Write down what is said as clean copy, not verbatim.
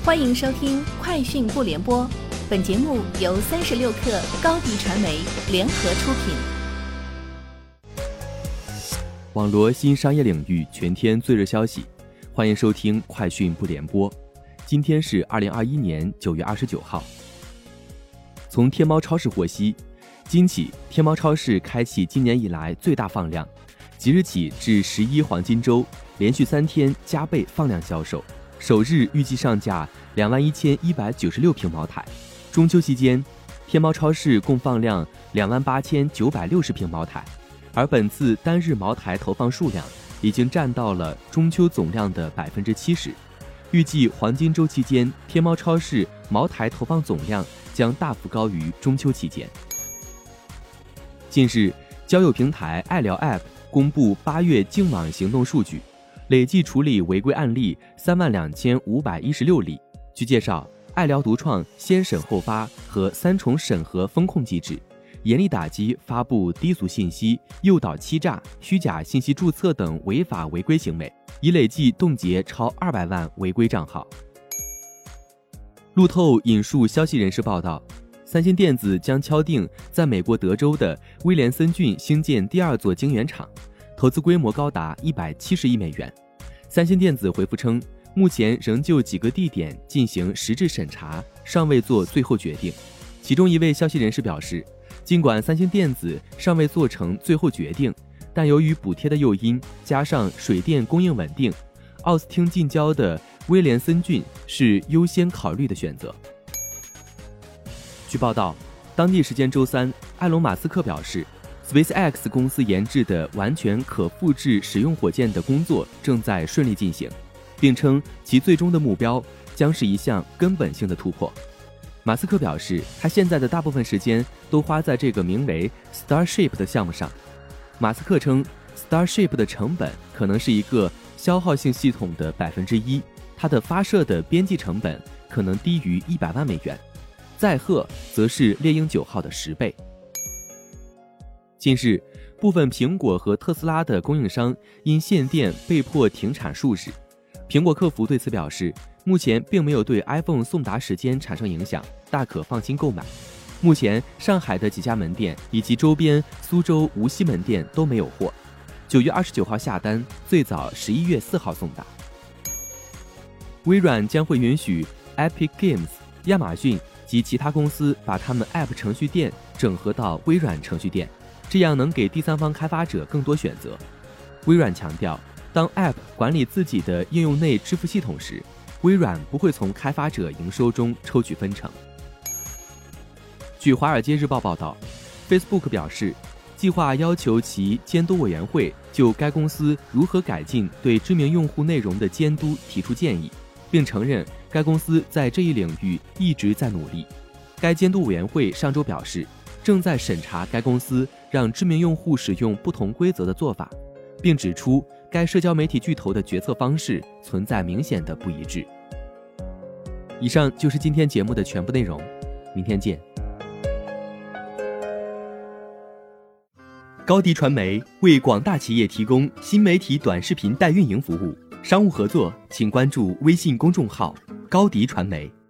欢迎收听快讯不联播，本节目由36克高迪传媒联合出品。 网罗新商业领域全天最热消息，欢迎收听快讯不联播。今天是2021年9月29号。从天猫超市获悉，今起天猫超市开启今年以来最大放量，即日起至11黄金周，连续3天加倍放量销售。首日预计上架21196瓶茅台。中秋期间，天猫超市共放量28960瓶茅台，而本次单日茅台投放数量已经占到了中秋总量的70%。预计黄金周期间，天猫超市茅台投放总量将大幅高于中秋期间。近日，交友平台爱聊 App 公布8月净网行动数据，累计处理违规案例32516例。据介绍，爱聊独创先审后发和3重审核风控机制，严厉打击发布低俗信息、诱导欺诈、虚假信息注册等违法违规行为，已累计冻结超200万违规账号。路透引述消息人士报道，三星电子将敲定在美国德州的威廉森郡兴建第2座晶圆厂，投资规模高达170亿美元。三星电子回复称，目前仍就几个地点进行实质审查，尚未做最后决定。其中一位消息人士表示，尽管三星电子尚未做成最后决定，但由于补贴的诱因加上水电供应稳定，奥斯汀近郊的威廉森郡是优先考虑的选择。据报道，当地时间周三，埃隆·马斯克表示， SpaceX 公司研制的完全可复制使用火箭的工作正在顺利进行，并称其最终的目标将是一项根本性的突破。马斯克表示，他现在的大部分时间都花在这个名为 Starship 的项目上。马斯克称， Starship 的成本可能是一个消耗性系统的1%，它的发射的边际成本可能低于100万美元，载荷则是猎鹰9号的10倍。近日，部分苹果和特斯拉的供应商因限电被迫停产数日。苹果客服对此表示，目前并没有对 iPhone 送达时间产生影响，大可放心购买。目前上海的几家门店以及周边苏州、无锡门店都没有货，9月29号下单，最早11月4号送达。微软将会允许 Epic Games、亚马逊及其他公司把他们 App 程序店整合到微软程序店，这样能给第三方开发者更多选择。微软强调，当 App 管理自己的应用内支付系统时，微软不会从开发者营收中抽取分成。据《华尔街日报》报道， Facebook 表示，计划要求其监督委员会就该公司如何改进对知名用户内容的监督提出建议，并承认该公司在这一领域一直在努力。该监督委员会上周表示，正在审查该公司让知名用户使用不同规则的做法，并指出该社交媒体巨头的决策方式存在明显的不一致。以上就是今天节目的全部内容，明天见。高迪传媒为广大企业提供新媒体短视频代运营服务，商务合作请关注微信公众号高迪传媒。